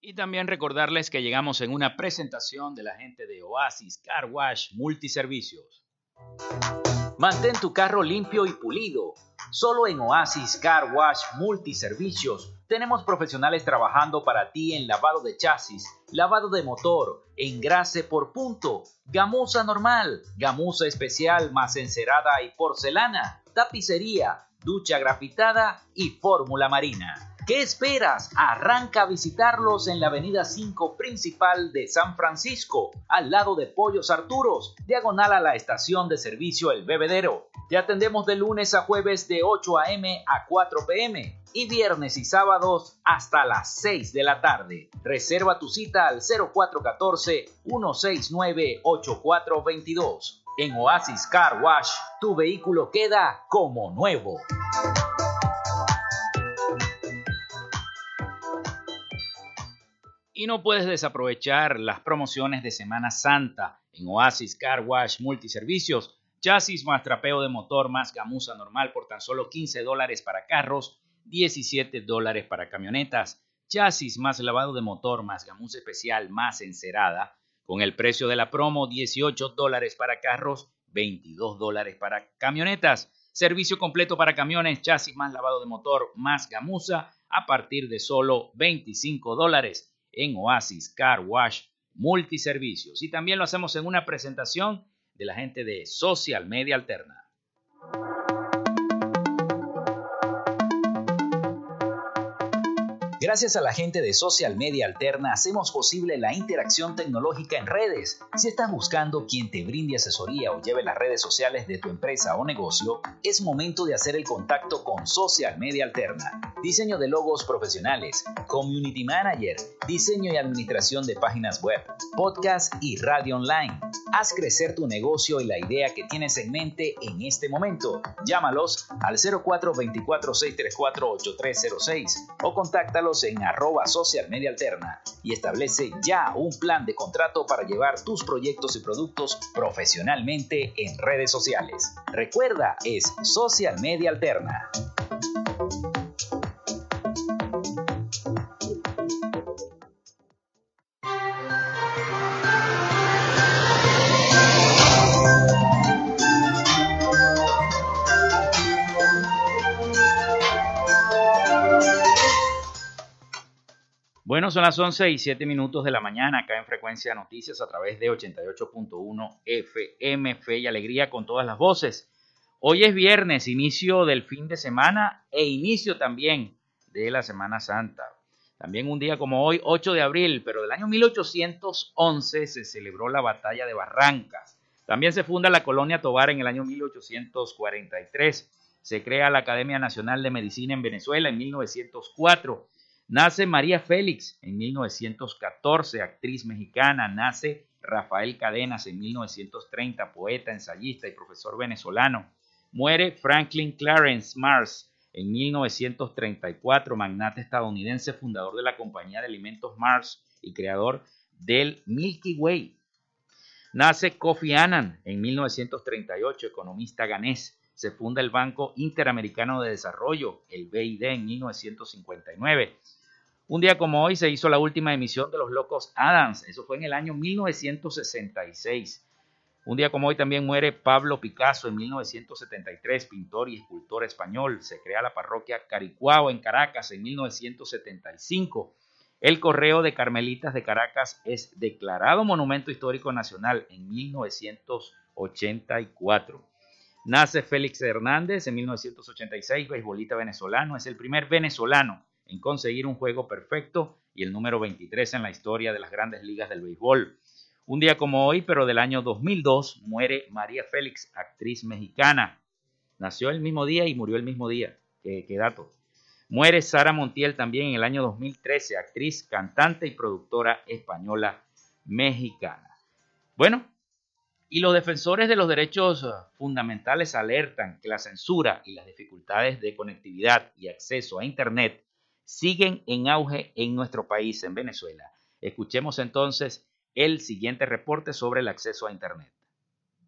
Y también recordarles que llegamos en una presentación de la gente de Oasis Car Wash Multiservicios. Mantén tu carro limpio y pulido. Solo en Oasis Car Wash Multiservicios tenemos profesionales trabajando para ti en lavado de chasis, lavado de motor, engrase por punto, gamuza normal, gamuza especial más encerada y porcelana, tapicería, ducha grafitada y fórmula marina. ¿Qué esperas? Arranca a visitarlos en la avenida 5 principal de San Francisco, al lado de Pollos Arturos, diagonal a la estación de servicio El Bebedero. Te atendemos de lunes a jueves de 8 a.m. a 4 p.m. y viernes y sábados hasta las 6 de la tarde. Reserva tu cita al 0414-169-8422. En Oasis Car Wash, tu vehículo queda como nuevo. Y no puedes desaprovechar las promociones de Semana Santa en Oasis Car Wash Multiservicios. Chasis más trapeo de motor más gamuza normal por tan solo $15 para carros, $17 para camionetas. Chasis más lavado de motor más gamuza especial más encerada. Con el precio de la promo, $18 para carros, $22 para camionetas. Servicio completo para camiones, chasis más lavado de motor más gamuza a partir de solo $25 en Oasis Car Wash Multiservicios. Y también lo hacemos en una presentación de la gente de Social Media Alterna. Gracias a la gente de Social Media Alterna hacemos posible la interacción tecnológica en redes. Si estás buscando quien te brinde asesoría o lleve las redes sociales de tu empresa o negocio, es momento de hacer el contacto con Social Media Alterna. Diseño de logos profesionales, community manager, diseño y administración de páginas web, podcast y radio online. Haz crecer tu negocio y la idea que tienes en mente en este momento. Llámalos al 0424-634-8306 o contáctalos en @socialmediaalterna y establece ya un plan de contrato para llevar tus proyectos y productos profesionalmente en redes sociales. Recuerda, es Social Media Alterna. Bueno, son las 11:07 de la mañana acá en Frecuencia Noticias a través de 88.1 FM, Fe y Alegría con todas las voces. Hoy es viernes, inicio del fin de semana e inicio también de la Semana Santa. También un día como hoy, 8 de abril, pero del año 1811 se celebró la Batalla de Barrancas. También se funda la Colonia Tovar en el año 1843. Se crea la Academia Nacional de Medicina en Venezuela en 1904. Nace María Félix en 1914, actriz mexicana. Nace Rafael Cadenas en 1930, poeta, ensayista y profesor venezolano. Muere Franklin Clarence Mars en 1934, magnate estadounidense, fundador de la compañía de alimentos Mars y creador del Milky Way. Nace Kofi Annan en 1938, economista ganés. Se funda el Banco Interamericano de Desarrollo, el BID, en 1959. Un día como hoy se hizo la última emisión de Los Locos Adams. Eso fue en el año 1966. Un día como hoy también muere Pablo Picasso en 1973, pintor y escultor español. Se crea la parroquia Caricuao en Caracas en 1975. El Correo de Carmelitas de Caracas es declarado Monumento Histórico Nacional en 1984. Nace Félix Hernández en 1986, beisbolista venezolano. Es el primer venezolano en conseguir un juego perfecto y el número 23 en la historia de las grandes ligas del béisbol. Un día como hoy, pero del año 2002, muere María Félix, actriz mexicana. Nació el mismo día y murió el mismo día. ¿Qué dato? Muere Sara Montiel también en el año 2013, actriz, cantante y productora española mexicana. Bueno, y los defensores de los derechos fundamentales alertan que la censura y las dificultades de conectividad y acceso a Internet siguen en auge en nuestro país, en Venezuela. Escuchemos entonces el siguiente reporte sobre el acceso a Internet.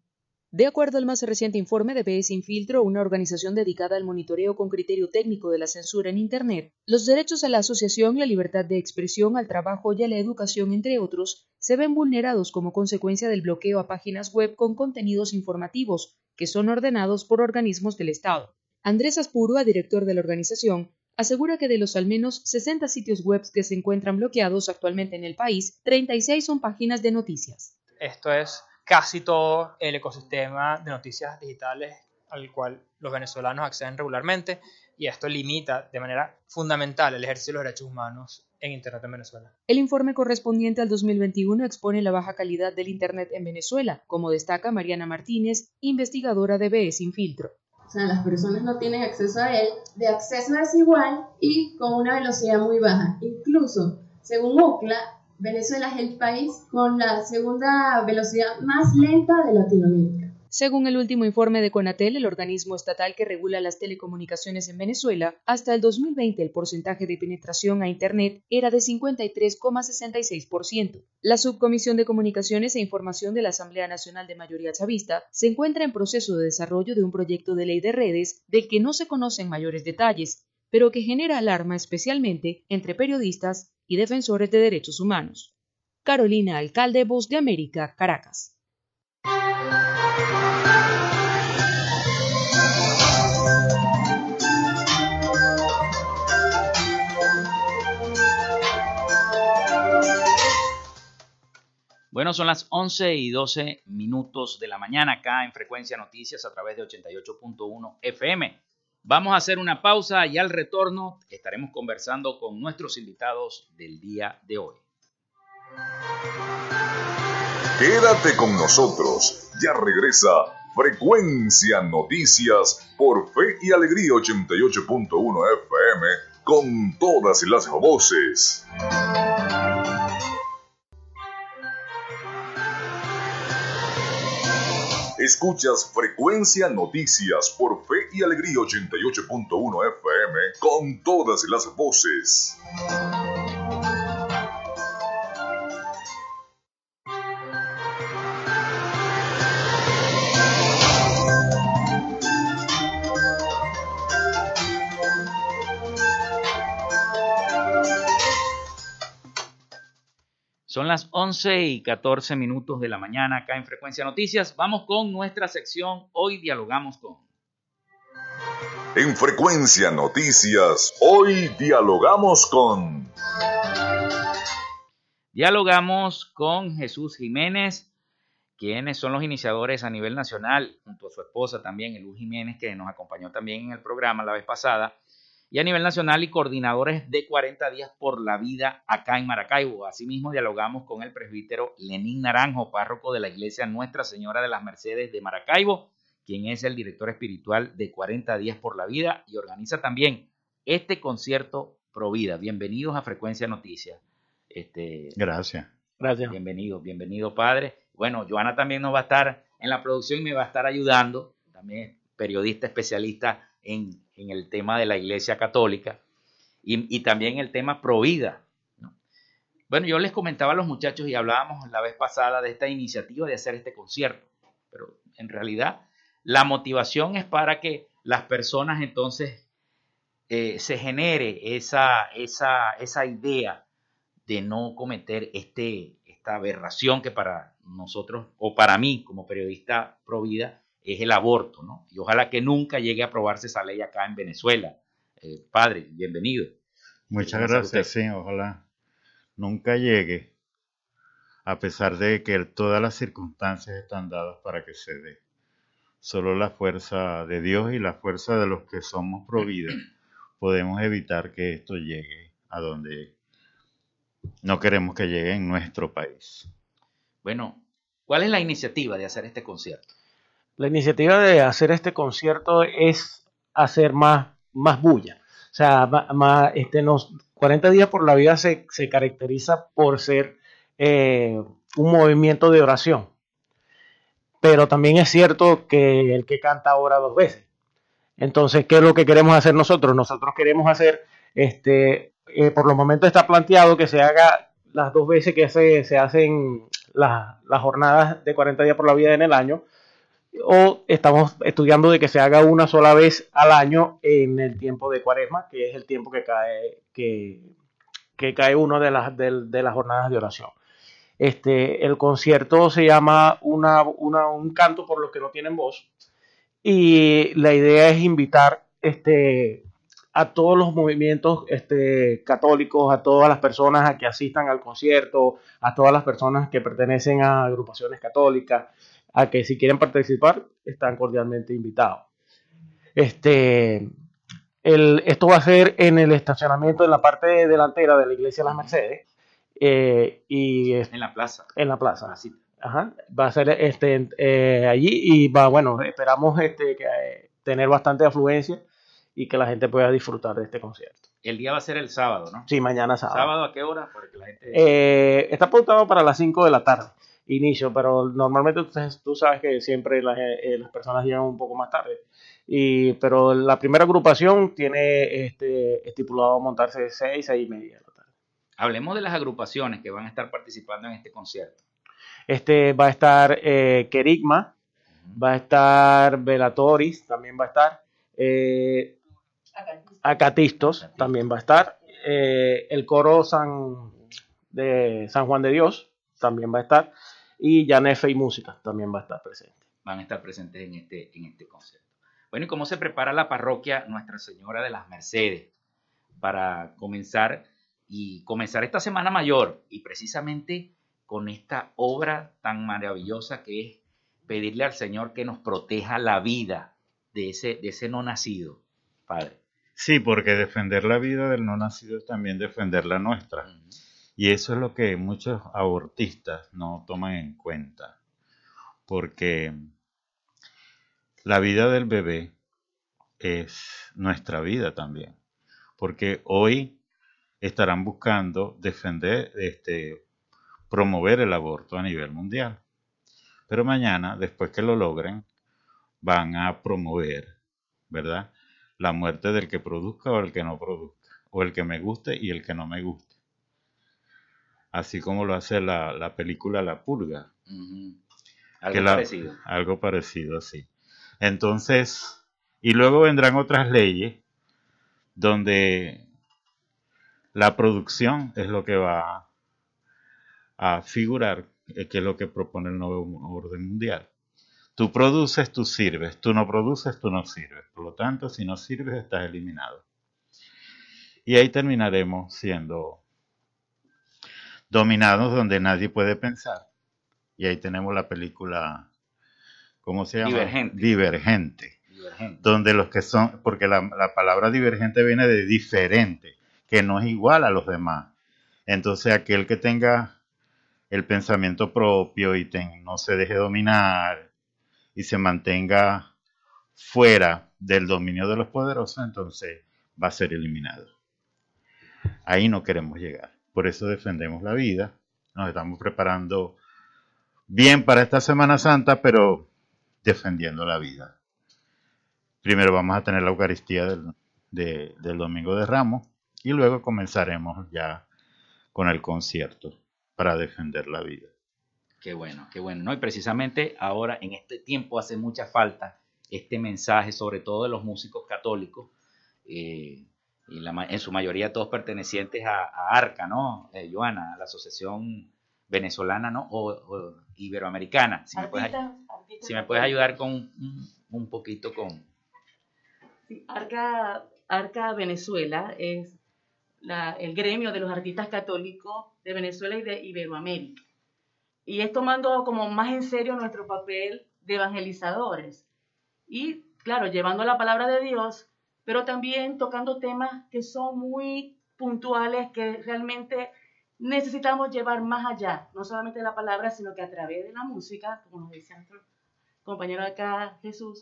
De acuerdo al más reciente informe de BE Sin Filtro, una organización dedicada al monitoreo con criterio técnico de la censura en Internet, los derechos a la asociación, la libertad de expresión, al trabajo y a la educación, entre otros, se ven vulnerados como consecuencia del bloqueo a páginas web con contenidos informativos, que son ordenados por organismos del Estado. Andrés Aspurua, director de la organización, asegura que de los al menos 60 sitios web que se encuentran bloqueados actualmente en el país, 36 son páginas de noticias. Esto es casi todo el ecosistema de noticias digitales al cual los venezolanos acceden regularmente, y esto limita de manera fundamental el ejercicio de los derechos humanos en Internet en Venezuela. El informe correspondiente al 2021 expone la baja calidad del Internet en Venezuela, como destaca Mariana Martínez, investigadora de BE Sin Filtro. O sea, las personas no tienen acceso a él, de acceso desigual y con una velocidad muy baja. Incluso, según UCLA, Venezuela es el país con la segunda velocidad más lenta de Latinoamérica. Según el último informe de CONATEL, el organismo estatal que regula las telecomunicaciones en Venezuela, hasta el 2020 el porcentaje de penetración a Internet era de 53,66%. La Subcomisión de Comunicaciones e Información de la Asamblea Nacional de Mayoría Chavista se encuentra en proceso de desarrollo de un proyecto de ley de redes del que no se conocen mayores detalles, pero que genera alarma especialmente entre periodistas y defensores de derechos humanos. Carolina Alcalde, Voz de América, Caracas. Bueno, son las 11:12 de la mañana acá en Frecuencia Noticias a través de 88.1 FM. Vamos a hacer una pausa y al retorno estaremos conversando con nuestros invitados del día de hoy. Quédate con nosotros, ya regresa Frecuencia Noticias por Fe y Alegría 88.1 FM con todas las voces. Escuchas Frecuencia Noticias por Fe y Alegría 88.1 FM con todas las voces. Son las 11:14 de la mañana acá en Frecuencia Noticias. Vamos con nuestra sección Hoy Dialogamos con. En Frecuencia Noticias, hoy dialogamos con... Dialogamos con Jesús Jiménez, quienes son los iniciadores a nivel nacional, junto a su esposa también, Eluz Jiménez, que nos acompañó también en el programa la vez pasada, y a nivel nacional y coordinadores de 40 días por la vida acá en Maracaibo. Asimismo, dialogamos con el presbítero Lenín Naranjo, párroco de la iglesia Nuestra Señora de las Mercedes de Maracaibo, quien es el director espiritual de 40 días por la vida y organiza también este concierto Pro Vida. Bienvenidos a Frecuencia Noticias. Gracias. Bienvenido, padre. Bueno, Joana también nos va a estar en la producción y me va a estar ayudando, también periodista especialista en el tema de la Iglesia Católica y también el tema Pro Vida, ¿no? Bueno, yo les comentaba a los muchachos y hablábamos la vez pasada de esta iniciativa de hacer este concierto, pero en realidad la motivación es para que las personas entonces se genere esa idea de no cometer esta aberración que para nosotros o para mí como periodista pro vida es el aborto, ¿no? Y ojalá que nunca llegue a aprobarse esa ley acá en Venezuela. Padre, bienvenido. Muchas gracias, sí, ojalá nunca llegue, a pesar de que todas las circunstancias están dadas para que se dé. Solo la fuerza de Dios y la fuerza de los que somos pro vida podemos evitar que esto llegue a donde no queremos que llegue en nuestro país. Bueno, ¿cuál es la iniciativa de hacer este concierto? La iniciativa de hacer este concierto es hacer más bulla. O sea, 40 días por la vida se caracteriza por ser un movimiento de oración. Pero también es cierto que el que canta ora dos veces. Entonces, ¿qué es lo que queremos hacer nosotros? Nosotros queremos hacer, por los momentos está planteado que se haga las 2 veces que se hacen las jornadas de 40 días por la vida en el año. o estamos estudiando de que se haga una sola vez al año en el tiempo de Cuaresma, que es el tiempo que cae uno de las jornadas de oración. El concierto se llama un canto por los que no tienen voz, y la idea es invitar a todos los movimientos católicos, a todas las personas a que asistan al concierto, a todas las personas que pertenecen a agrupaciones católicas, a que si quieren participar están cordialmente invitados. Esto va a ser en el estacionamiento, en la parte delantera de la iglesia de las Mercedes, en la plaza. En la plaza. Ajá. Va a ser allí, y esperamos tener bastante afluencia y que la gente pueda disfrutar de este concierto. El día va a ser el sábado, ¿no? Sí, mañana sábado. ¿Sábado a qué hora? Porque la gente... Está apuntado para las 5 de la tarde, inicio, pero normalmente tú sabes que siempre las personas llegan un poco más tarde. Pero la primera agrupación tiene estipulado montarse 6 y media de la tarde. Hablemos de las agrupaciones que van a estar participando en este concierto. Va a estar Kerigma, va a estar Velatoris, también va a estar Acatistos, también va a estar el coro de San Juan de Dios, también va a estar, y Yanefe y Música también va a estar presente. Van a estar presentes en este concierto. Bueno, ¿y cómo se prepara la parroquia Nuestra Señora de las Mercedes para comenzar esta Semana Mayor? Y precisamente con esta obra tan maravillosa que es pedirle al Señor que nos proteja la vida de ese no nacido, Padre. Sí, porque defender la vida del no nacido es también defender la nuestra. Y eso es lo que muchos abortistas no toman en cuenta. Porque la vida del bebé es nuestra vida también. Porque hoy estarán buscando defender, promover el aborto a nivel mundial. Pero mañana, después que lo logren, van a promover, ¿verdad?, la muerte del que produzca o el que no produzca, o el que me guste y el que no me guste. Así como lo hace la película La Purga. Parecido. Algo parecido, sí. Entonces, y luego vendrán otras leyes donde la producción es lo que va a figurar, que es lo que propone el nuevo orden mundial. Tú produces, tú sirves. Tú no produces, tú no sirves. Por lo tanto, si no sirves, estás eliminado. Y ahí terminaremos siendo dominados donde nadie puede pensar. Y ahí tenemos la película, ¿cómo se llama? Divergente. Donde los que son, porque la palabra divergente viene de diferente, que no es igual a los demás. Entonces, aquel que tenga el pensamiento propio y no se deje dominar y se mantenga fuera del dominio de los poderosos, entonces va a ser eliminado. Ahí no queremos llegar. Por eso defendemos la vida. Nos estamos preparando bien para esta Semana Santa, pero defendiendo la vida. Primero vamos a tener la Eucaristía del Domingo de Ramos y luego comenzaremos ya con el concierto para defender la vida. Qué bueno, ¿no? Y precisamente ahora, en este tiempo, hace mucha falta este mensaje, sobre todo de los músicos católicos, y en su mayoría todos pertenecientes a ARCA, ¿no? Joana, a la Asociación Venezolana, ¿no? O Iberoamericana. Si me puedes ayudar con un poquito con... Sí, ARCA Venezuela es el gremio de los artistas católicos de Venezuela y de Iberoamérica. Y es tomando como más en serio nuestro papel de evangelizadores. Y, claro, llevando la palabra de Dios, pero también tocando temas que son muy puntuales, que realmente necesitamos llevar más allá, no solamente de la palabra, sino que a través de la música, como nos decía nuestro compañero acá, Jesús,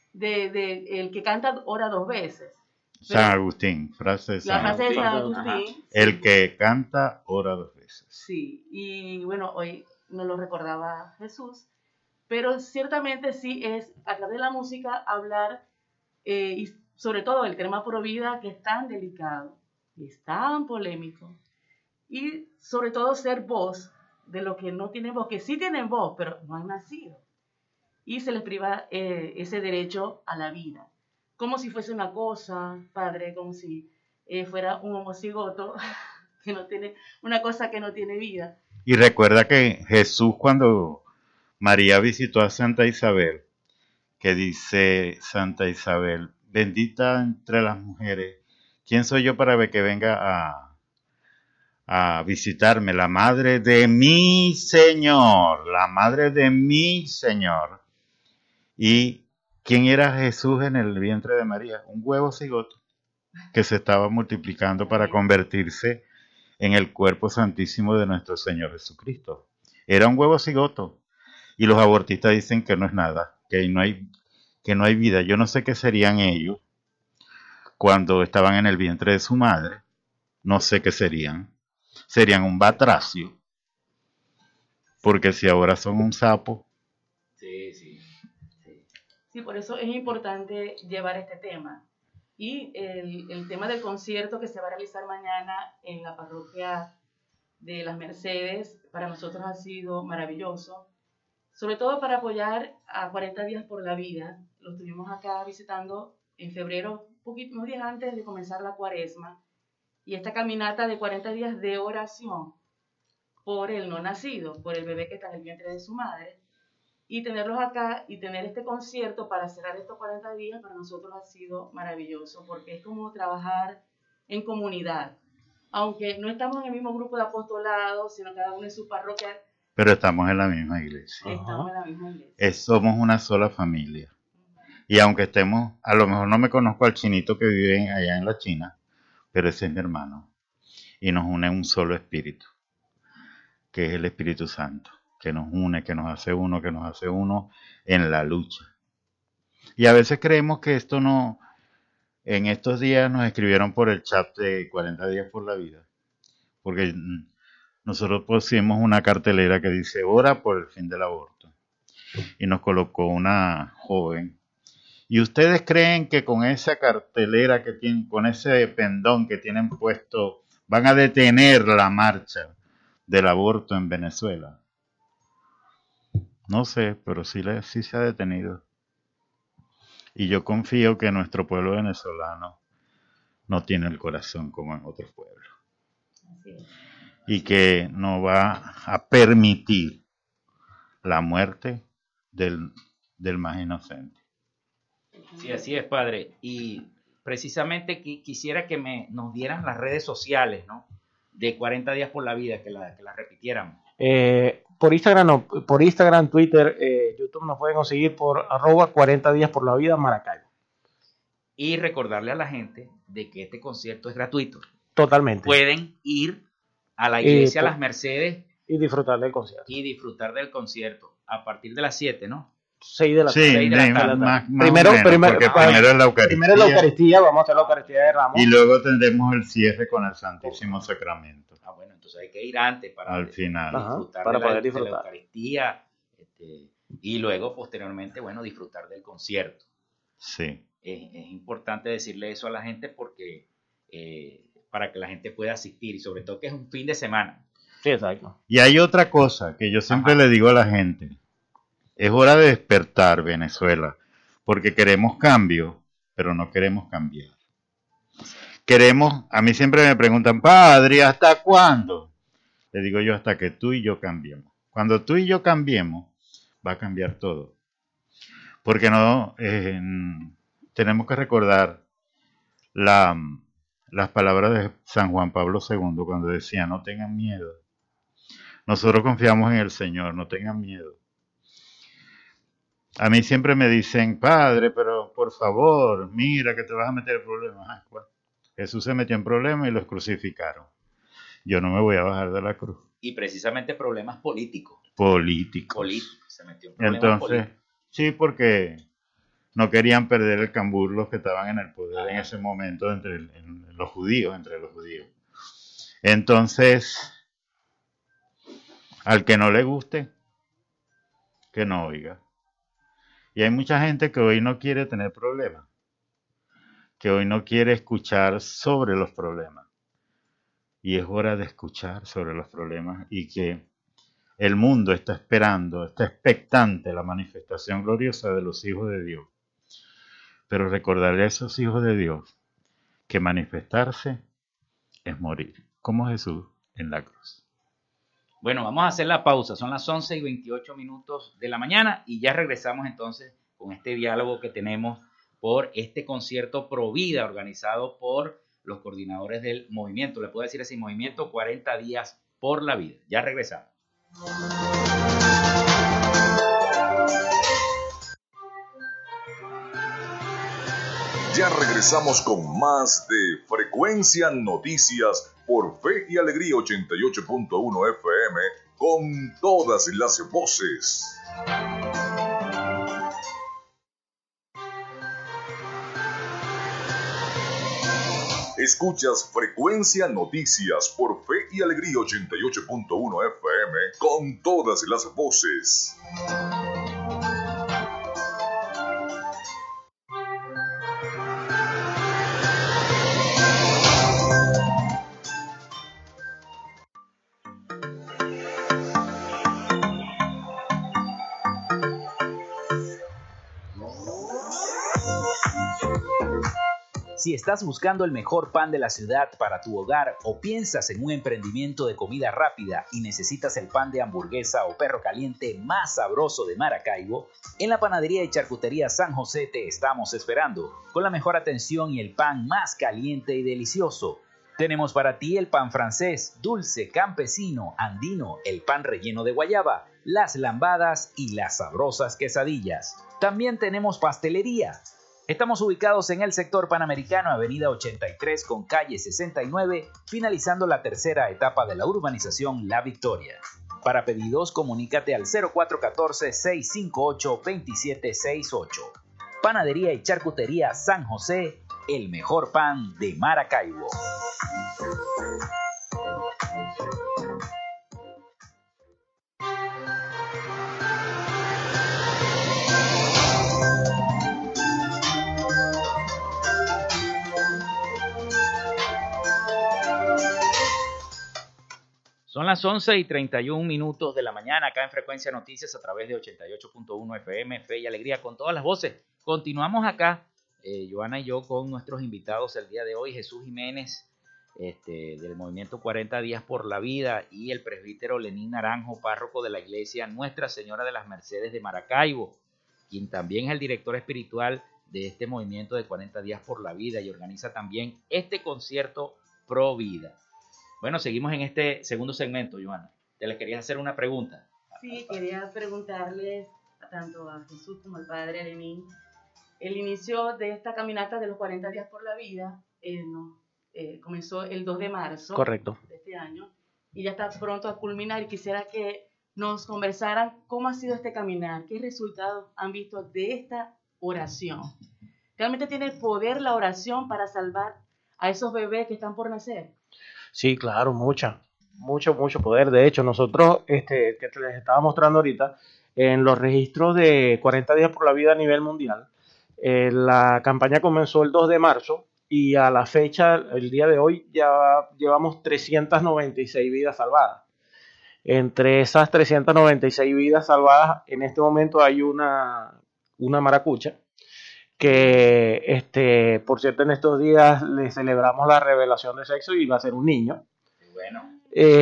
de el que canta ora 2 veces. San Agustín, frase de San Agustín. La frase de San Agustín. El que canta ora 2 veces. Sí, y bueno, hoy nos lo recordaba Jesús, pero ciertamente sí es a través de la música hablar, y sobre todo el tema pro vida, que es tan delicado, es tan polémico, y sobre todo ser voz de los que no tienen voz, que sí tienen voz, pero no han nacido. y se les priva ese derecho a la vida, como si fuese una cosa, padre, como si fuera un homocigoto que no tiene, una cosa que no tiene vida. Y recuerda que Jesús, cuando María visitó a Santa Isabel, que dice Santa Isabel, bendita entre las mujeres, ¿quién soy yo para que venga a visitarme? La madre de mi Señor, la madre de mi Señor. ¿Y quién era Jesús en el vientre de María? Un huevo cigoto que se estaba multiplicando para convertirse en el cuerpo santísimo de nuestro Señor Jesucristo. Era un huevo cigoto. Y los abortistas dicen que no es nada, que no hay vida. Yo no sé qué serían ellos cuando estaban en el vientre de su madre. No sé qué serían. Serían un batracio. Porque si ahora son un sapo. Sí, por eso es importante llevar este tema. Y el tema del concierto que se va a realizar mañana en la parroquia de Las Mercedes, para nosotros ha sido maravilloso, sobre todo para apoyar a 40 días por la vida. Lo estuvimos acá visitando en febrero, unos días antes de comenzar la cuaresma, y esta caminata de 40 días de oración por el no nacido, por el bebé que está en el vientre de su madre, y tenerlos acá y tener este concierto para cerrar estos 40 días para nosotros ha sido maravilloso, porque es como trabajar en comunidad. Aunque no estamos en el mismo grupo de apostolado, sino cada uno en su parroquia. Pero estamos en la misma iglesia. Estamos en la misma iglesia. Somos una sola familia. Y aunque estemos, a lo mejor no me conozco al chinito que vive allá en la China, pero ese es mi hermano. Y nos une un solo espíritu, que es el Espíritu Santo, que nos une, que nos hace uno en la lucha. Y a veces creemos que esto no. En estos días nos escribieron por el chat de 40 días por la vida, porque nosotros pusimos una cartelera que dice ora por el fin del aborto, y nos colocó una joven. ¿Y ustedes creen que con esa cartelera que tienen, con ese pendón que tienen puesto, van a detener la marcha del aborto en Venezuela? No sé, pero sí se ha detenido. Y yo confío que nuestro pueblo venezolano no tiene el corazón como en otros pueblos. Y que no va a permitir la muerte del más inocente. Sí, así es, padre. Y precisamente quisiera que nos dieran las redes sociales, ¿no? De 40 días por la vida, que la repitieran. Por Instagram, Twitter, YouTube nos pueden conseguir por @40 días por la vida Maracaibo. Y recordarle a la gente de que este concierto es gratuito. Totalmente. Pueden ir a la iglesia Las Mercedes y disfrutar del concierto. A partir de las 7, ¿no? 6 de la tarde. Sí, 6 de la tarde. Más Primero es la Eucaristía. Primero es la Eucaristía, vamos a hacer la Eucaristía de Ramos. Y luego tendremos el cierre con el Santísimo Sacramento. Bueno, entonces hay que ir antes para al final disfrutar para poder de la Eucaristía, y luego posteriormente, bueno, disfrutar del concierto. Sí. Es importante decirle eso a la gente porque para que la gente pueda asistir, y sobre todo que es un fin de semana. Sí, exacto. Y hay otra cosa que yo siempre le digo a la gente. Es hora de despertar, Venezuela, porque queremos cambio, pero no queremos cambiar. A mí siempre me preguntan, padre, ¿hasta cuándo? Le digo yo, hasta que tú y yo cambiemos. Cuando tú y yo cambiemos, va a cambiar todo. Porque no, tenemos que recordar las palabras de San Juan Pablo II cuando decía, no tengan miedo. Nosotros confiamos en el Señor, no tengan miedo. A mí siempre me dicen, padre, pero por favor, mira que te vas a meter en problemas. Jesús se metió en problemas y los crucificaron. Yo no me voy a bajar de la cruz. Y precisamente problemas políticos. Se metió en problemas entonces, políticos. Sí, porque no querían perder el cambur los que estaban en el poder en ese momento entre los judíos. Entonces, al que no le guste, que no oiga. Y hay mucha gente que hoy no quiere tener problemas, que hoy no quiere escuchar sobre los problemas. Y es hora de escuchar sobre los problemas y que el mundo está esperando, está expectante la manifestación gloriosa de los hijos de Dios. Pero recordarle a esos hijos de Dios que manifestarse es morir, como Jesús en la cruz. Bueno, vamos a hacer la pausa. Son las 11:28 de la mañana y ya regresamos entonces con este diálogo que tenemos por este concierto Pro Vida organizado por los coordinadores del movimiento. Le puedo decir así, Movimiento 40 Días por la Vida. Ya regresamos. Ya regresamos con más de Frecuencia Noticias por Fe y Alegría 88.1 FM con todas las voces. Escuchas Frecuencia Noticias por Fe y Alegría 88.1 FM con todas las voces. Si estás buscando el mejor pan de la ciudad para tu hogar o piensas en un emprendimiento de comida rápida y necesitas el pan de hamburguesa o perro caliente más sabroso de Maracaibo, en la Panadería y Charcutería San José te estamos esperando, con la mejor atención y el pan más caliente y delicioso. Tenemos para ti el pan francés, dulce, campesino, andino, el pan relleno de guayaba, las lambadas y las sabrosas quesadillas. También tenemos pastelería. Estamos ubicados en el sector Panamericano, avenida 83 con calle 69, finalizando la tercera etapa de la urbanización La Victoria. Para pedidos, comunícate al 0414-658-2768. Panadería y Charcutería San José, el mejor pan de Maracaibo. Son las 11:31 de la mañana acá en Frecuencia Noticias a través de 88.1 FM, Fe y Alegría con todas las voces. Continuamos acá, Joana y yo, con nuestros invitados el día de hoy, Jesús Jiménez, del Movimiento 40 Días por la Vida, y el presbítero Lenín Naranjo, párroco de la iglesia Nuestra Señora de las Mercedes de Maracaibo, quien también es el director espiritual de este movimiento de 40 Días por la Vida y organiza también este concierto Pro Vida. Bueno, seguimos en este segundo segmento, Joana. Te les quería hacer una pregunta. Sí, quería preguntarles tanto a Jesús como al padre Lenín. El inicio de esta caminata de los 40 días por la vida comenzó el 2 de marzo. Correcto. De este año y ya está pronto a culminar. Y quisiera que nos conversaran cómo ha sido este caminar, qué resultados han visto de esta oración. ¿Realmente tiene poder la oración para salvar a esos bebés que están por nacer? Sí, claro, mucho poder. De hecho, nosotros, que te les estaba mostrando ahorita, en los registros de 40 días por la vida a nivel mundial, la campaña comenzó el 2 de marzo y a la fecha, el día de hoy, ya llevamos 396 vidas salvadas. Entre esas 396 vidas salvadas, en este momento hay una maracucha que, por cierto, en estos días le celebramos la revelación de sexo y va a ser un niño. Bueno.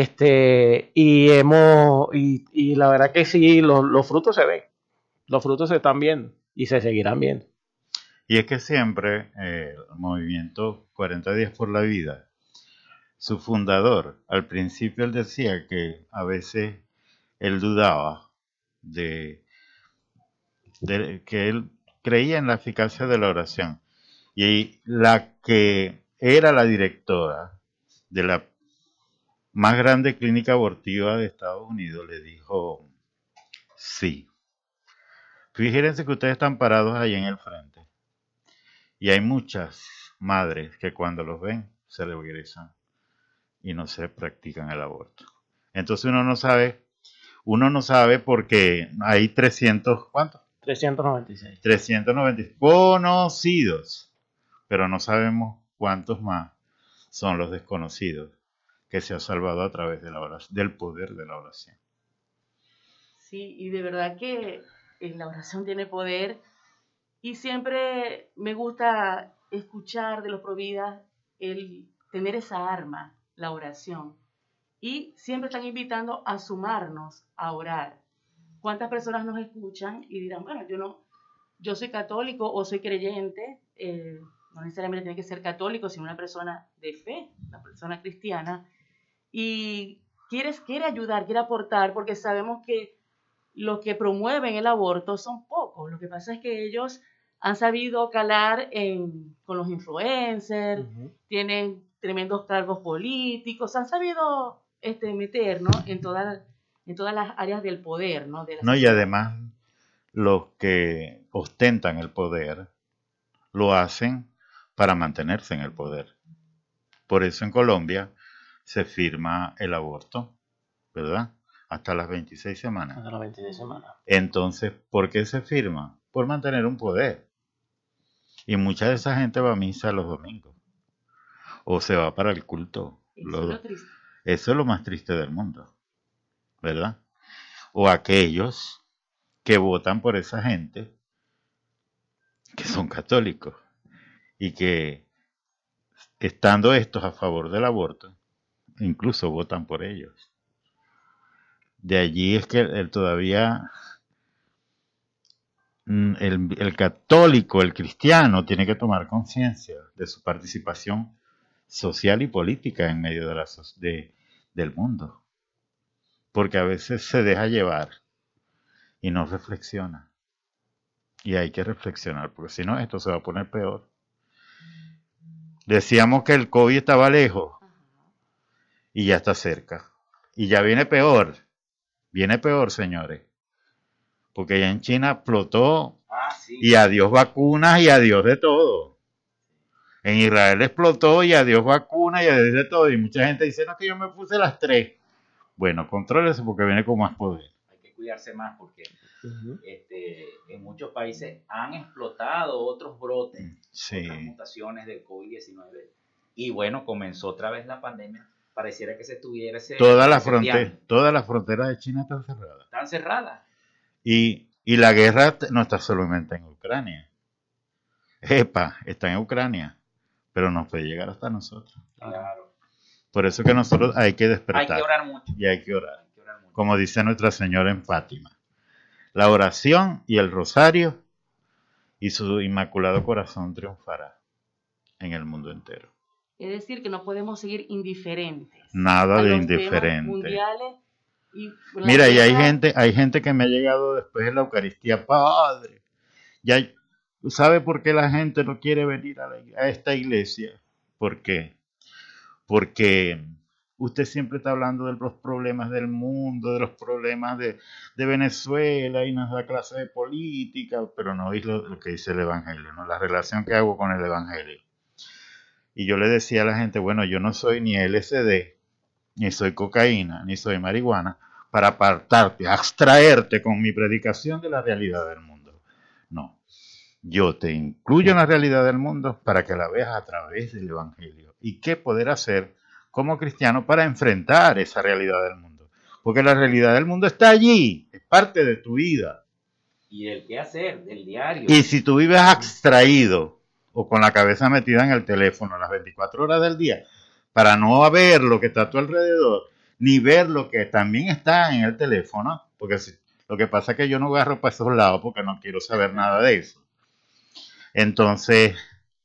Y la verdad que sí, los frutos se ven, los frutos se están viendo y se seguirán viendo. Y es que siempre el movimiento 40 días por la vida, su fundador, al principio él decía que a veces él dudaba de que él creía en la eficacia de la oración. Y la que era la directora de la más grande clínica abortiva de Estados Unidos le dijo, sí. Fíjense que ustedes están parados ahí en el frente. Y hay muchas madres que cuando los ven se regresan y no se practican el aborto. Entonces uno no sabe porque hay 300, ¿cuántos? 396. 396 conocidos, pero no sabemos cuántos más son los desconocidos que se ha salvado a través de la oración, del poder de la oración. Sí, y de verdad que la oración tiene poder y siempre me gusta escuchar de los Providas el tener esa arma, la oración. Y siempre están invitando a sumarnos a orar. ¿Cuántas personas nos escuchan y dirán, bueno, yo soy católico o soy creyente? No necesariamente tiene que ser católico, sino una persona de fe, una persona cristiana, y quiere ayudar, quiere aportar, porque sabemos que los que promueven el aborto son pocos. Lo que pasa es que ellos han sabido calar con los influencers, tienen tremendos cargos políticos, han sabido meter, ¿no? en todas las áreas del poder, ¿no? No, y además los que ostentan el poder lo hacen para mantenerse en el poder. Por eso en Colombia se firma el aborto, ¿verdad? Hasta las 26 semanas. Hasta las 26 semanas. Entonces, ¿por qué se firma? Por mantener un poder. Y mucha de esa gente va a misa los domingos. O se va para el culto. Eso es lo más triste del mundo, ¿verdad? O aquellos que votan por esa gente que son católicos y que, estando estos a favor del aborto, incluso votan por ellos. De allí es que todavía el católico, el cristiano, tiene que tomar conciencia de su participación social y política en medio del mundo. Porque a veces se deja llevar y no reflexiona. Y hay que reflexionar, porque si no, esto se va a poner peor. Decíamos que el COVID estaba lejos y ya está cerca. Y ya viene peor, señores. Porque ya en China explotó y adiós vacunas y adiós de todo. En Israel explotó y adiós vacunas y adiós de todo. Y mucha gente dice, no, que yo me puse las 3. Bueno, contrólese porque viene con más poder. Hay que cuidarse más porque en muchos países han explotado otros brotes, otras mutaciones del COVID-19. Y bueno, comenzó otra vez la pandemia. Pareciera que se estuviera todas las fronteras de China están cerradas. Están cerradas. Y la guerra no está solamente en Ucrania. Está en Ucrania, pero nos puede llegar hasta nosotros. Claro. Por eso que nosotros hay que despertar. Hay que orar mucho. Y hay que orar. Como dice Nuestra Señora en Fátima. La oración y el rosario y su inmaculado corazón triunfará en el mundo entero. Es decir, que no podemos seguir indiferentes. Nada de indiferente. Mira, y hay gente que me ha llegado después de la Eucaristía, Padre. Ya ¿sabe por qué la gente no quiere venir a esta iglesia? ¿Por qué? Porque usted siempre está hablando de los problemas del mundo, de los problemas de Venezuela y nos da clase de política, pero no oís lo que dice el Evangelio, ¿no? La relación que hago con el Evangelio. Y yo le decía a la gente, bueno, yo no soy ni LSD, ni soy cocaína, ni soy marihuana, para apartarte, abstraerte con mi predicación de la realidad del mundo. No, yo te incluyo en la realidad del mundo para que la veas a través del Evangelio. ¿Y qué poder hacer como cristiano para enfrentar esa realidad del mundo? Porque la realidad del mundo está allí, es parte de tu vida. Y del qué hacer, del diario. Y si tú vives abstraído o con la cabeza metida en el teléfono las 24 horas del día, para no ver lo que está a tu alrededor, ni ver lo que también está en el teléfono, porque lo que pasa es que yo no agarro para esos lados porque no quiero saber nada de eso. Entonces,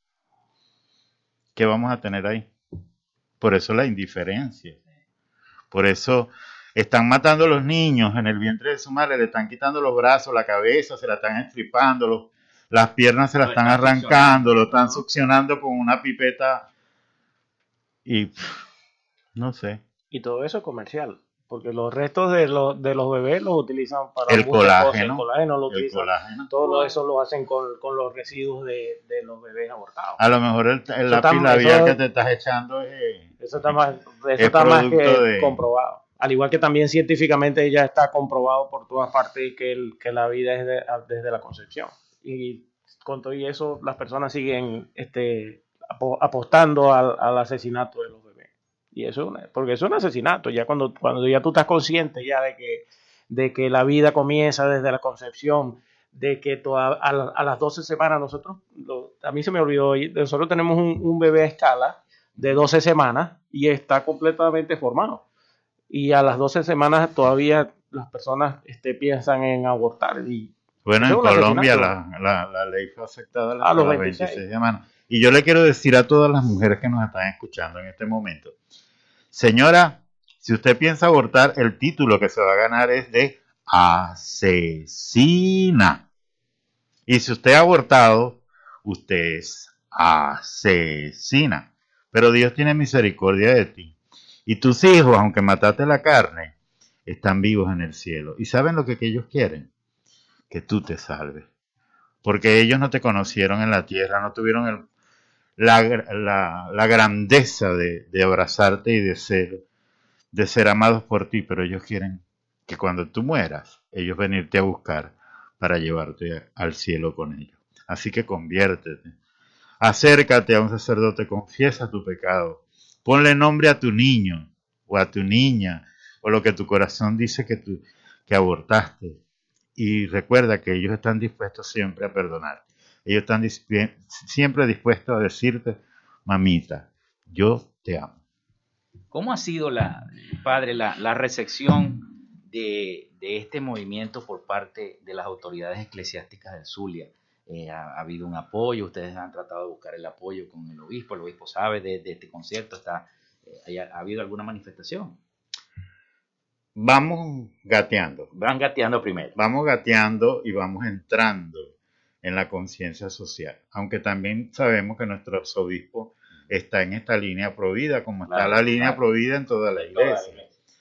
¿qué vamos a tener ahí? Por eso la indiferencia. Por eso están matando a los niños en el vientre de su madre, le están quitando los brazos, la cabeza, se la están estripando, las piernas se la están arrancando, lo están succionando con una pipeta y no sé. Y todo eso es comercial, porque los restos de los bebés los utilizan para el colágeno, cosas. El colágeno lo utilizan. Todo eso lo hacen con los residuos de los bebés abortados. A lo mejor el lápiz labial que te estás echando eso está más que comprobado. Al igual que también científicamente ya está comprobado por todas partes que la vida es desde la concepción. Y con todo y eso, las personas siguen apostando al asesinato de los bebés. Y eso, porque es un asesinato, ya cuando ya tú estás consciente ya de que de que la vida comienza desde la concepción, de que a las 12 semanas a mí se me olvidó, nosotros tenemos un bebé a escala de 12 semanas y está completamente formado. Y a las 12 semanas todavía las personas piensan en abortar. Bueno, en Colombia la ley fue aceptada a los 26 semanas. Y yo le quiero decir a todas las mujeres que nos están escuchando en este momento, señora, si usted piensa abortar, el título que se va a ganar es de asesina. Y si usted ha abortado, usted es asesina. Pero Dios tiene misericordia de ti. Y tus hijos, aunque mataste la carne, están vivos en el cielo. ¿Y saben lo que ellos quieren? Que tú te salves. Porque ellos no te conocieron en la tierra, no tuvieron la grandeza de abrazarte y de ser amados por ti, pero ellos quieren que cuando tú mueras, ellos venirte a buscar para llevarte al cielo con ellos. Así que conviértete. Acércate a un sacerdote, confiesa tu pecado. Ponle nombre a tu niño o a tu niña o lo que tu corazón dice que abortaste. Y recuerda que ellos están dispuestos siempre a perdonar. Ellos están siempre dispuestos a decirte, mamita, yo te amo. ¿Cómo ha sido, padre, la recepción de este movimiento por parte de las autoridades eclesiásticas del Zulia? ¿Ha habido un apoyo? ¿Ustedes han tratado de buscar el apoyo con el obispo? ¿El obispo sabe de este concierto? ¿Ha habido alguna manifestación? Vamos gateando. Van gateando primero. Vamos gateando y vamos entrando en la conciencia social. Aunque también sabemos que nuestro arzobispo está en esta línea provida, como está la línea provida en toda la iglesia.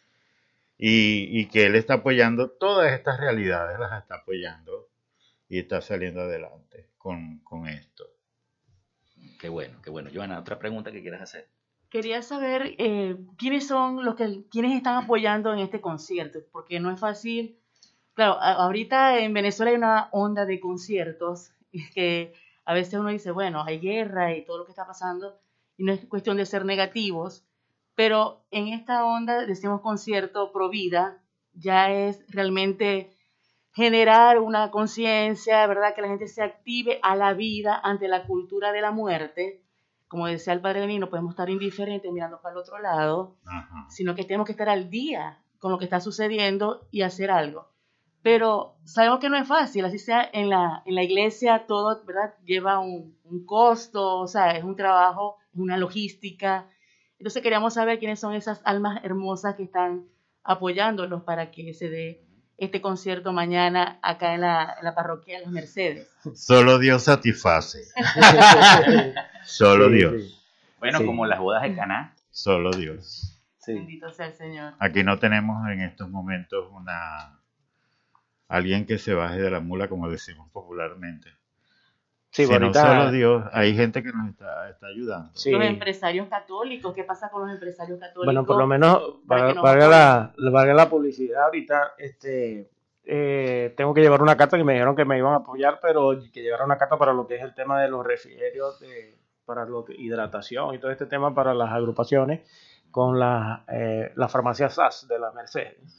Y que él está apoyando todas estas realidades, las está apoyando y está saliendo adelante con esto. Qué bueno. Joana, otra pregunta que quieras hacer. Quería saber quiénes son quienes están apoyando en este concierto, porque no es fácil. Claro, ahorita en Venezuela hay una onda de conciertos que a veces uno dice, bueno, hay guerra y todo lo que está pasando, y no es cuestión de ser negativos, pero en esta onda decimos concierto pro vida, ya es realmente generar una conciencia, ¿verdad? Que la gente se active a la vida ante la cultura de la muerte. Como decía el padre Lenín, no podemos estar indiferentes mirando para el otro lado, sino que tenemos que estar al día con lo que está sucediendo y hacer algo. Pero sabemos que no es fácil, así sea en la iglesia, todo, ¿verdad? Lleva un costo, o sea, es un trabajo, una logística. Entonces queríamos saber quiénes son esas almas hermosas que están apoyándolos para que se dé este concierto mañana acá en la parroquia de las Mercedes. Solo Dios satisface. Solo Dios. Sí. Bueno, como las bodas de Caná. Solo Dios. Sí. Bendito sea el Señor. Aquí no tenemos en estos momentos alguien que se baje de la mula, como decimos popularmente. Sí, sino ahorita, solo Dios. Hay gente que nos está ayudando. sí. Los empresarios católicos, ¿qué pasa con los empresarios católicos? Bueno, por lo menos para que nos valga la publicidad. Ahorita tengo que llevar una carta que me dijeron que me iban a apoyar, pero que llevara una carta para lo que es el tema de los refrigerios, para la hidratación y todo este tema para las agrupaciones con la farmacia SAS de la Mercedes.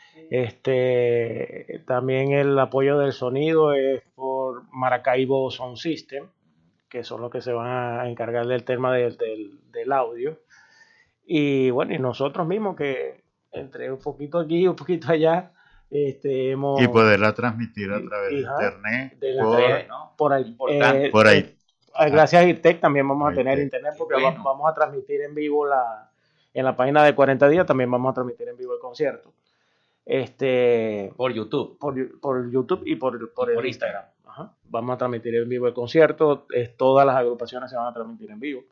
También el apoyo del sonido es por Maracaibo Sound System, que son los que se van a encargar del tema del audio. Y bueno, y nosotros mismos que entre un poquito aquí y un poquito allá, hemos... Y poderla transmitir a través de internet. Por ahí. Por ahí. Gracias a IRTEC también vamos a tener IRTEC. internet porque Bueno. vamos a transmitir en vivo en la página de 40 días, también vamos a transmitir en vivo el concierto. Por YouTube. Por YouTube y por por Instagram. Ajá. Vamos a transmitir en vivo el concierto. Todas las agrupaciones se van a transmitir en vivo.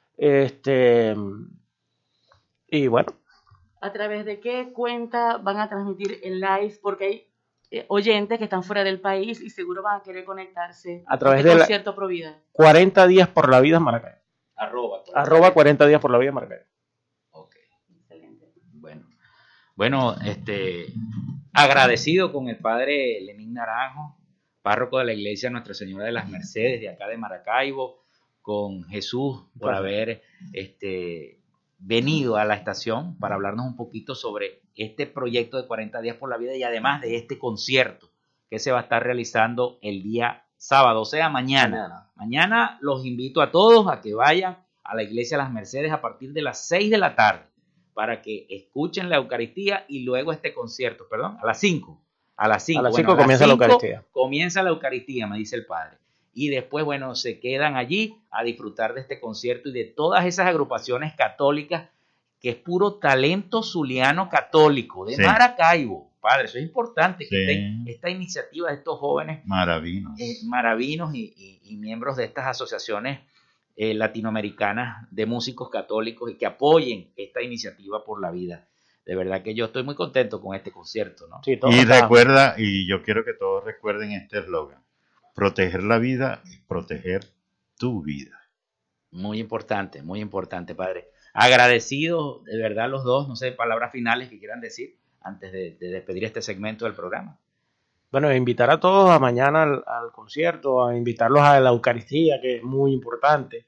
Y bueno. ¿A través de qué cuenta van a transmitir el live? Porque hay oyentes que están fuera del país y seguro van a querer conectarse A través al de concierto Pro Vida. 40 días por la vida en Maracaibo. @ 40 días por la vida en Maracaibo. Ok. Excelente. Bueno, agradecido con el padre Lenín Naranjo, párroco de la iglesia Nuestra Señora de las Mercedes de acá de Maracaibo, con Jesús por haber venido a la estación para hablarnos un poquito sobre este proyecto de 40 días por la vida y además de este concierto que se va a estar realizando el día sábado, o sea, mañana. Mañana los invito a todos a que vayan a la Iglesia Las Mercedes a partir de las 6 de la tarde para que escuchen la Eucaristía y luego este concierto, perdón, a las 5. A las 5. A las 5 comienza la Eucaristía. Comienza la Eucaristía, me dice el padre. Y después, bueno, se quedan allí a disfrutar de este concierto y de todas esas agrupaciones católicas, que es puro talento zuliano católico, de Maracaibo. Padre, eso es importante, que esta iniciativa de estos jóvenes maravinos y miembros de estas asociaciones latinoamericanas de músicos católicos y que apoyen esta iniciativa por la vida. De verdad que yo estoy muy contento con este concierto, ¿no? Sí, y recuerda, y yo quiero que todos recuerden este eslogan: proteger la vida es proteger tu vida. Muy importante, padre. Agradecidos, de verdad, los dos. No sé, palabras finales que quieran decir antes de despedir este segmento del programa. Bueno, invitar a todos a mañana al concierto, a invitarlos a la Eucaristía, que es muy importante.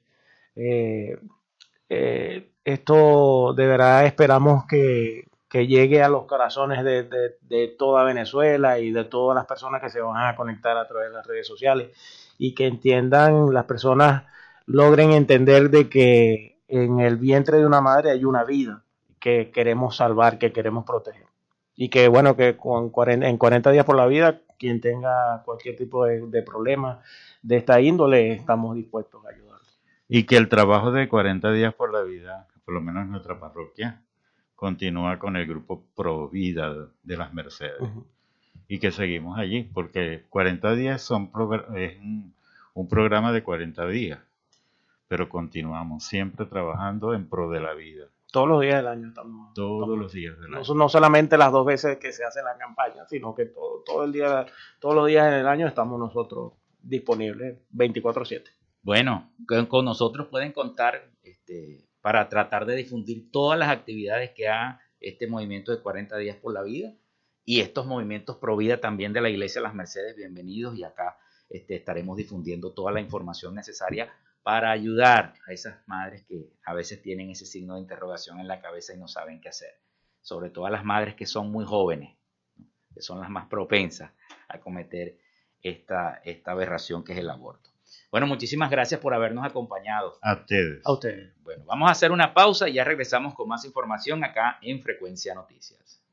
Esto de verdad esperamos que llegue a los corazones de toda Venezuela y de todas las personas que se van a conectar a través de las redes sociales, y que entiendan, las personas logren entender de que en el vientre de una madre hay una vida que queremos salvar, que queremos proteger. Y que bueno, que en 40 días por la vida, quien tenga cualquier tipo de problema de esta índole, estamos dispuestos a ayudar. Y que el trabajo de 40 días por la vida, por lo menos en nuestra parroquia, continúa con el grupo Pro Vida de Las Mercedes. Uh-huh. Y que seguimos allí, porque 40 días es un programa de 40 días, pero continuamos siempre trabajando en pro de la vida. Todos los días del año estamos. Todos los días del año. No solamente las 2 veces que se hace la campaña, sino que todos los días en el año estamos nosotros disponibles 24/7. Bueno, con nosotros pueden contar para tratar de difundir todas las actividades que haga este movimiento de 40 días por la vida y estos movimientos pro vida también de la Iglesia Las Mercedes. Bienvenidos, y acá estaremos difundiendo toda la información necesaria para ayudar a esas madres que a veces tienen ese signo de interrogación en la cabeza y no saben qué hacer. Sobre todo a las madres que son muy jóvenes, ¿no?, que son las más propensas a cometer esta aberración que es el aborto. Bueno, muchísimas gracias por habernos acompañado. A ustedes. A ustedes. Bueno, vamos a hacer una pausa y ya regresamos con más información acá en Frecuencia Noticias.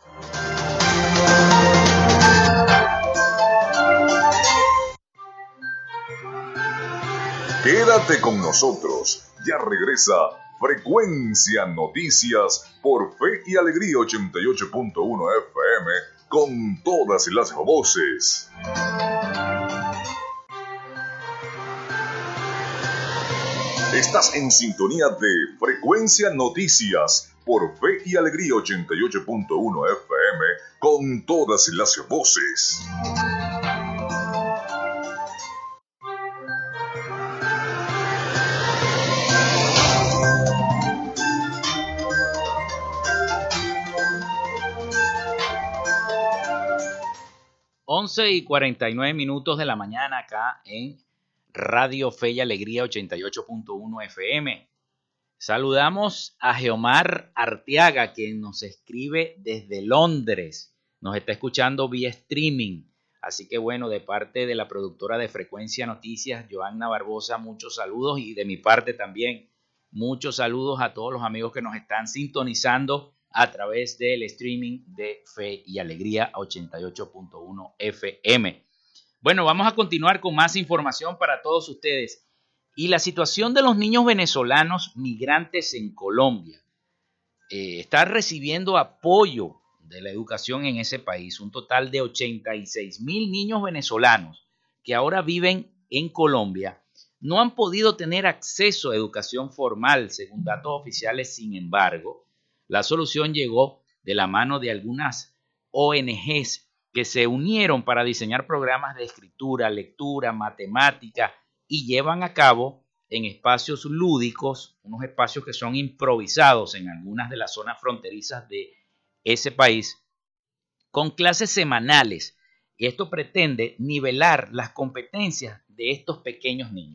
Quédate con nosotros. Ya regresa Frecuencia Noticias por Fe y Alegría 88.1 FM con todas las voces. Estás en sintonía de Frecuencia Noticias por Fe y Alegría 88.1 FM con todas las voces. Once y 49 minutos de la mañana acá en Radio Fe y Alegría 88.1 FM. Saludamos a Geomar Arteaga, quien nos escribe desde Londres. Nos está escuchando vía streaming. Así que bueno, de parte de la productora de Frecuencia Noticias, Joanna Barbosa, muchos saludos, y de mi parte también muchos saludos a todos los amigos que nos están sintonizando a través del streaming de Fe y Alegría 88.1 FM. Bueno, vamos a continuar con más información para todos ustedes. Y la situación de los niños venezolanos migrantes en Colombia. Está recibiendo apoyo de la educación en ese país. Un total de 86,000 niños venezolanos que ahora viven en Colombia no han podido tener acceso a educación formal, según datos oficiales. Sin embargo, la solución llegó de la mano de algunas ONGs que se unieron para diseñar programas de escritura, lectura, matemática, y llevan a cabo en espacios lúdicos, unos espacios que son improvisados en algunas de las zonas fronterizas de ese país, con clases semanales. Y esto pretende nivelar las competencias de estos pequeños niños.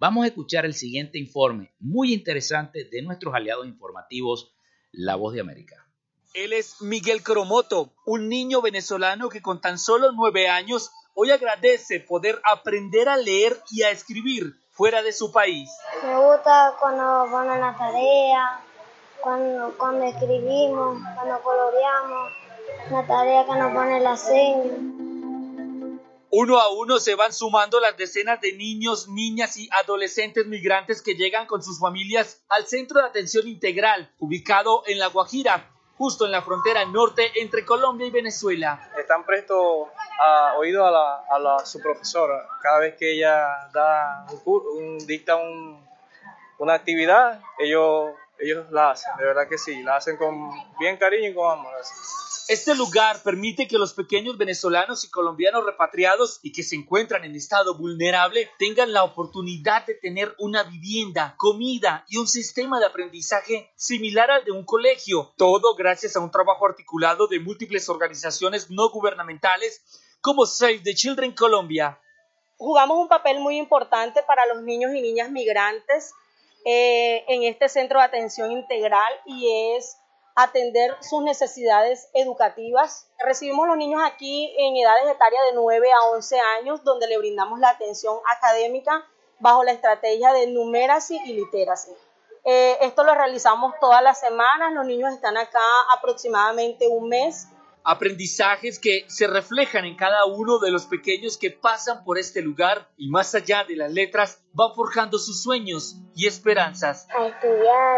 vamos a escuchar el siguiente informe muy interesante de nuestros aliados informativos, La Voz de América. Él es Miguel Cromoto, un niño venezolano que con tan solo 9 años hoy agradece poder aprender a leer y a escribir fuera de su país. Me gusta cuando ponen la tarea, cuando escribimos, cuando coloreamos, la tarea que nos pone la seña. Uno a uno se van sumando las decenas de niños, niñas y adolescentes migrantes que llegan con sus familias al Centro de Atención Integral, ubicado en La Guajira, justo en la frontera norte entre Colombia y Venezuela. Están prestos a oído a su profesora. Cada vez que ella da dicta una actividad, ellos la hacen, de verdad que sí, la hacen con bien cariño y con amor. Así. Este lugar permite que los pequeños venezolanos y colombianos repatriados y que se encuentran en estado vulnerable tengan la oportunidad de tener una vivienda, comida y un sistema de aprendizaje similar al de un colegio. Todo gracias a un trabajo articulado de múltiples organizaciones no gubernamentales como Save the Children Colombia. Jugamos un papel muy importante para los niños y niñas migrantes en este centro de atención integral y es atender sus necesidades educativas. Recibimos los niños aquí en edades etarias de 9 a 11 años, donde le brindamos la atención académica bajo la estrategia de numeracy y literacy. Esto lo realizamos todas las semanas, los niños están acá aproximadamente un mes. Aprendizajes que se reflejan en cada uno de los pequeños que pasan por este lugar y más allá de las letras van forjando sus sueños y esperanzas. A estudiar,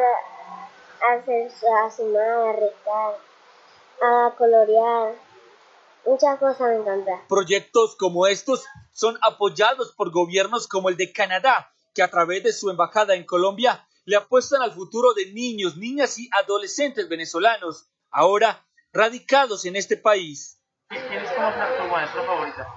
a sumar, a restar, a colorear, muchas cosas me encantan. Proyectos como estos son apoyados por gobiernos como el de Canadá, que a través de su embajada en Colombia le apuestan al futuro de niños, niñas y adolescentes venezolanos, ahora radicados en este país. ¿Quién es como tu maestra favorita?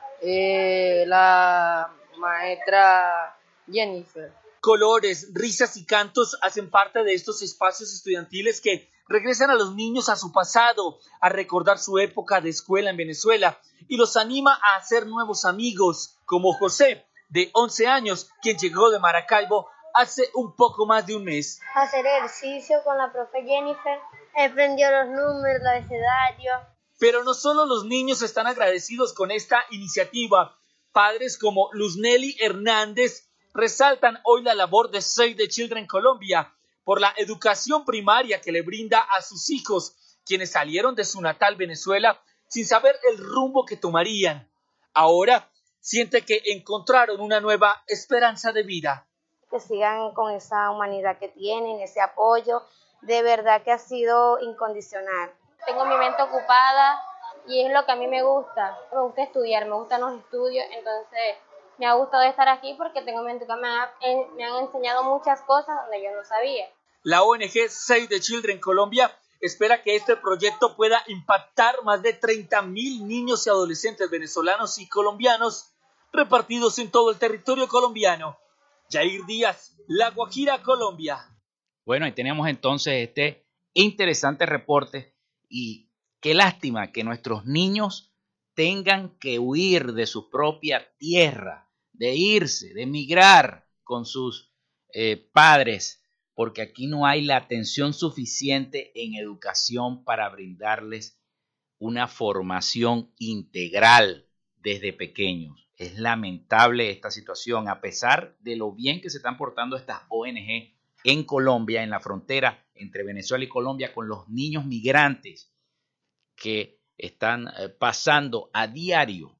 La maestra Jennifer. Colores, risas y cantos hacen parte de estos espacios estudiantiles que regresan a los niños a su pasado, a recordar su época de escuela en Venezuela y los anima a hacer nuevos amigos, como José, de 11 años, quien llegó de Maracaibo hace un poco más de un mes. Hacer ejercicio con la profe Jennifer, aprendió los números, el abecedario. Pero no solo los niños están agradecidos con esta iniciativa. Padres como Luzneli Hernández resaltan hoy la labor de Save the Children Colombia por la educación primaria que le brinda a sus hijos, quienes salieron de su natal Venezuela sin saber el rumbo que tomarían. Ahora siente que encontraron una nueva esperanza de vida. Que sigan con esa humanidad que tienen, ese apoyo, de verdad que ha sido incondicional. Tengo mi mente ocupada y es lo que a mí me gusta estudiar, me gustan los estudios, entonces me ha gustado estar aquí porque me han enseñado muchas cosas donde yo no sabía. La ONG Save the Children Colombia espera que este proyecto pueda impactar más de 30,000 niños y adolescentes venezolanos y colombianos repartidos en todo el territorio colombiano. Jair Díaz, La Guajira, Colombia. Bueno, y tenemos entonces este interesante reporte y qué lástima que nuestros niños tengan que huir de su propia tierra, de irse, de emigrar con sus padres, porque aquí no hay la atención suficiente en educación para brindarles una formación integral desde pequeños. Es lamentable esta situación, a pesar de lo bien que se están portando estas ONG en Colombia, en la frontera entre Venezuela y Colombia, con los niños migrantes que están pasando a diario,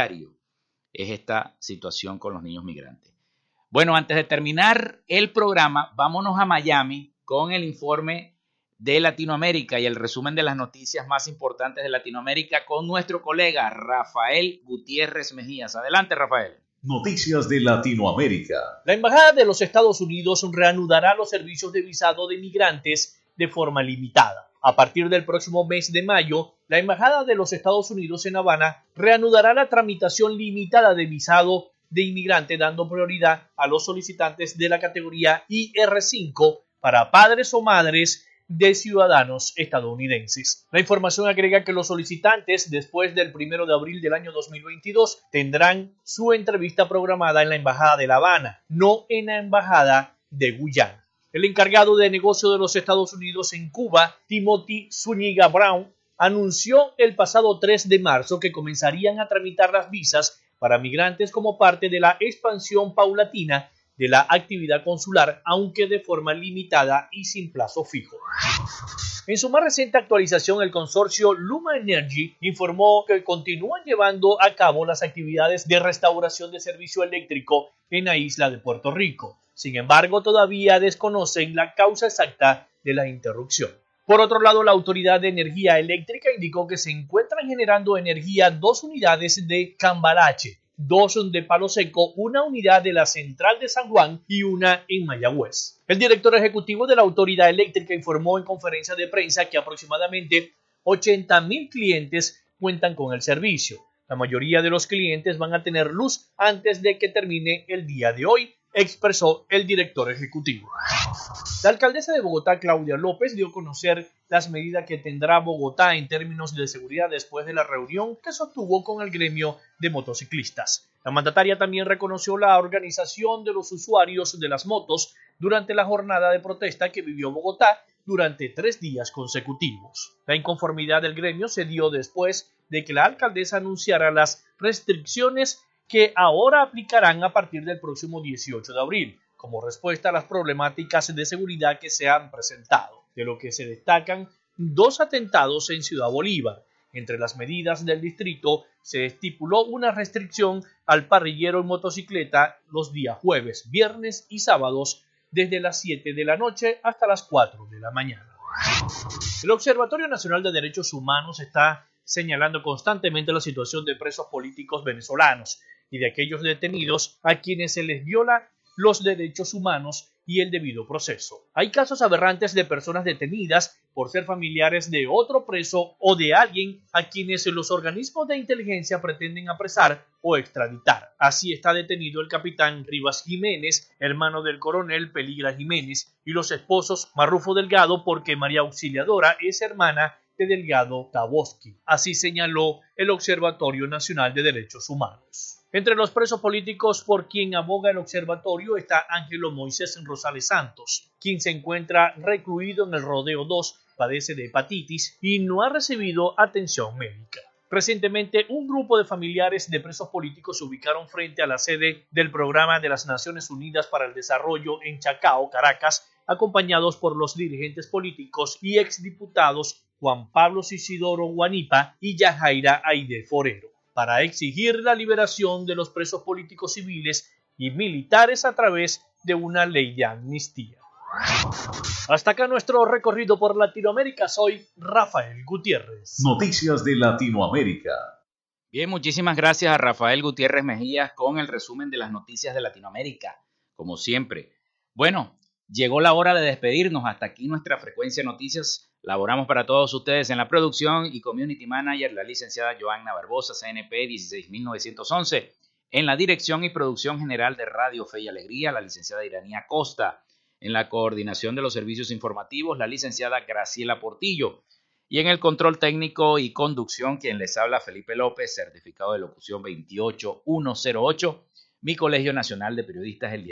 es esta situación con los niños migrantes. Bueno, antes de terminar el programa, vámonos a Miami con el informe de Latinoamérica y el resumen de las noticias más importantes de Latinoamérica con nuestro colega Rafael Gutiérrez Mejías. Adelante, Rafael. Noticias de Latinoamérica. La Embajada de los Estados Unidos reanudará los servicios de visado de migrantes de forma limitada. A partir del próximo mes de mayo, la Embajada de los Estados Unidos en Habana reanudará la tramitación limitada de visado de inmigrante, dando prioridad a los solicitantes de la categoría IR5 para padres o madres de ciudadanos estadounidenses. La información agrega que los solicitantes, después del 1 de abril del año 2022, tendrán su entrevista programada en la Embajada de La Habana, no en la Embajada de Guyana. El encargado de negocio de los Estados Unidos en Cuba, Timothy Zúñiga Brown, anunció el pasado 3 de marzo que comenzarían a tramitar las visas para migrantes como parte de la expansión paulatina de la actividad consular, aunque de forma limitada y sin plazo fijo. En su más reciente actualización, el consorcio Luma Energy informó que continúan llevando a cabo las actividades de restauración de servicio eléctrico en la isla de Puerto Rico. Sin embargo, todavía desconocen la causa exacta de la interrupción. Por otro lado, la Autoridad de Energía Eléctrica indicó que se encuentran generando energía 2 unidades de Cambalache, 2 de Palo Seco, 1 unidad de la Central de San Juan y 1 en Mayagüez. El director ejecutivo de la Autoridad Eléctrica informó en conferencia de prensa que aproximadamente 80,000 clientes cuentan con el servicio. La mayoría de los clientes van a tener luz antes de que termine el día de hoy, expresó el director ejecutivo. La alcaldesa de Bogotá, Claudia López, dio a conocer las medidas que tendrá Bogotá en términos de seguridad después de la reunión que sostuvo con el gremio de motociclistas. La mandataria también reconoció la organización de los usuarios de las motos durante la jornada de protesta que vivió Bogotá durante 3 días consecutivos. La inconformidad del gremio se dio después de que la alcaldesa anunciara las restricciones que ahora aplicarán a partir del próximo 18 de abril, como respuesta a las problemáticas de seguridad que se han presentado, de lo que se destacan 2 atentados en Ciudad Bolívar. Entre las medidas del distrito se estipuló una restricción al parrillero en motocicleta los días jueves, viernes y sábados desde las 7 de la noche hasta las 4 de la mañana. El Observatorio Nacional de Derechos Humanos está señalando constantemente la situación de presos políticos venezolanos y de aquellos detenidos a quienes se les viola los derechos humanos y el debido proceso. Hay casos aberrantes de personas detenidas por ser familiares de otro preso o de alguien a quienes los organismos de inteligencia pretenden apresar o extraditar. Así está detenido el capitán Rivas Jiménez, hermano del coronel Peligra Jiménez, y los esposos Marrufo Delgado, porque María Auxiliadora es hermana de Delgado Taboski. Así señaló el Observatorio Nacional de Derechos Humanos. Entre los presos políticos por quien aboga el observatorio está Ángelo Moisés Rosales Santos, quien se encuentra recluido en el Rodeo 2, padece de hepatitis y no ha recibido atención médica. Recientemente, un grupo de familiares de presos políticos se ubicaron frente a la sede del Programa de las Naciones Unidas para el Desarrollo en Chacao, Caracas, acompañados por los dirigentes políticos y exdiputados Juan Pablo Isidoro Guanipa y Yajaira Aide Forero, para exigir la liberación de los presos políticos civiles y militares a través de una ley de amnistía. Hasta acá nuestro recorrido por Latinoamérica. Soy Rafael Gutiérrez. Noticias de Latinoamérica. Bien, muchísimas gracias a Rafael Gutiérrez Mejías con el resumen de las noticias de Latinoamérica, como siempre. Bueno, llegó la hora de despedirnos. Hasta aquí nuestra frecuencia de noticias. Laboramos para todos ustedes en la producción y community manager, la licenciada Joanna Barbosa, CNP 16911. En la dirección y producción general de Radio Fe y Alegría, la licenciada Iranía Costa. En la coordinación de los servicios informativos, la licenciada Graciela Portillo. Y en el control técnico y conducción, quien les habla, Felipe López, certificado de locución 28108, mi Colegio Nacional de Periodistas, el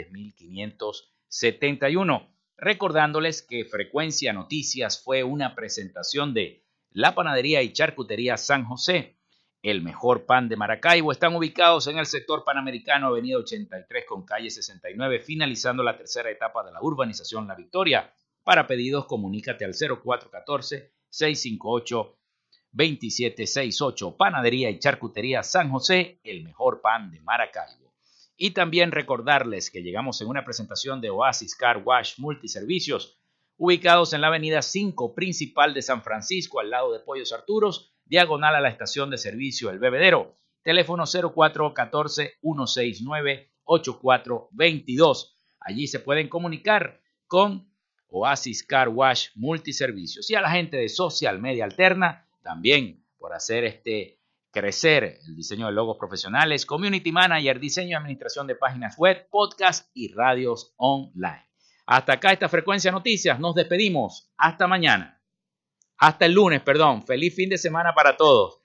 10571. Recordándoles que Frecuencia Noticias fue una presentación de La Panadería y Charcutería San José, el mejor pan de Maracaibo. Están ubicados en el sector Panamericano, avenida 83 con calle 69, finalizando la tercera etapa de la urbanización La Victoria. Para pedidos, comunícate al 0414-658-2768. Panadería y Charcutería San José, el mejor pan de Maracaibo. Y también recordarles que llegamos en una presentación de Oasis Car Wash Multiservicios, ubicados en la avenida 5 principal de San Francisco, al lado de Pollos Arturos, diagonal a la estación de servicio El Bebedero. Teléfono 0414-169-8422. Allí se pueden comunicar con Oasis Car Wash Multiservicios. Y a la gente de Social Media Alterna, también por hacer crecer el diseño de logos profesionales, community manager, diseño y administración de páginas web, podcast y radios online. Hasta acá esta Frecuencia Noticias. Nos despedimos. Hasta mañana. Hasta el lunes, perdón. Feliz fin de semana para todos.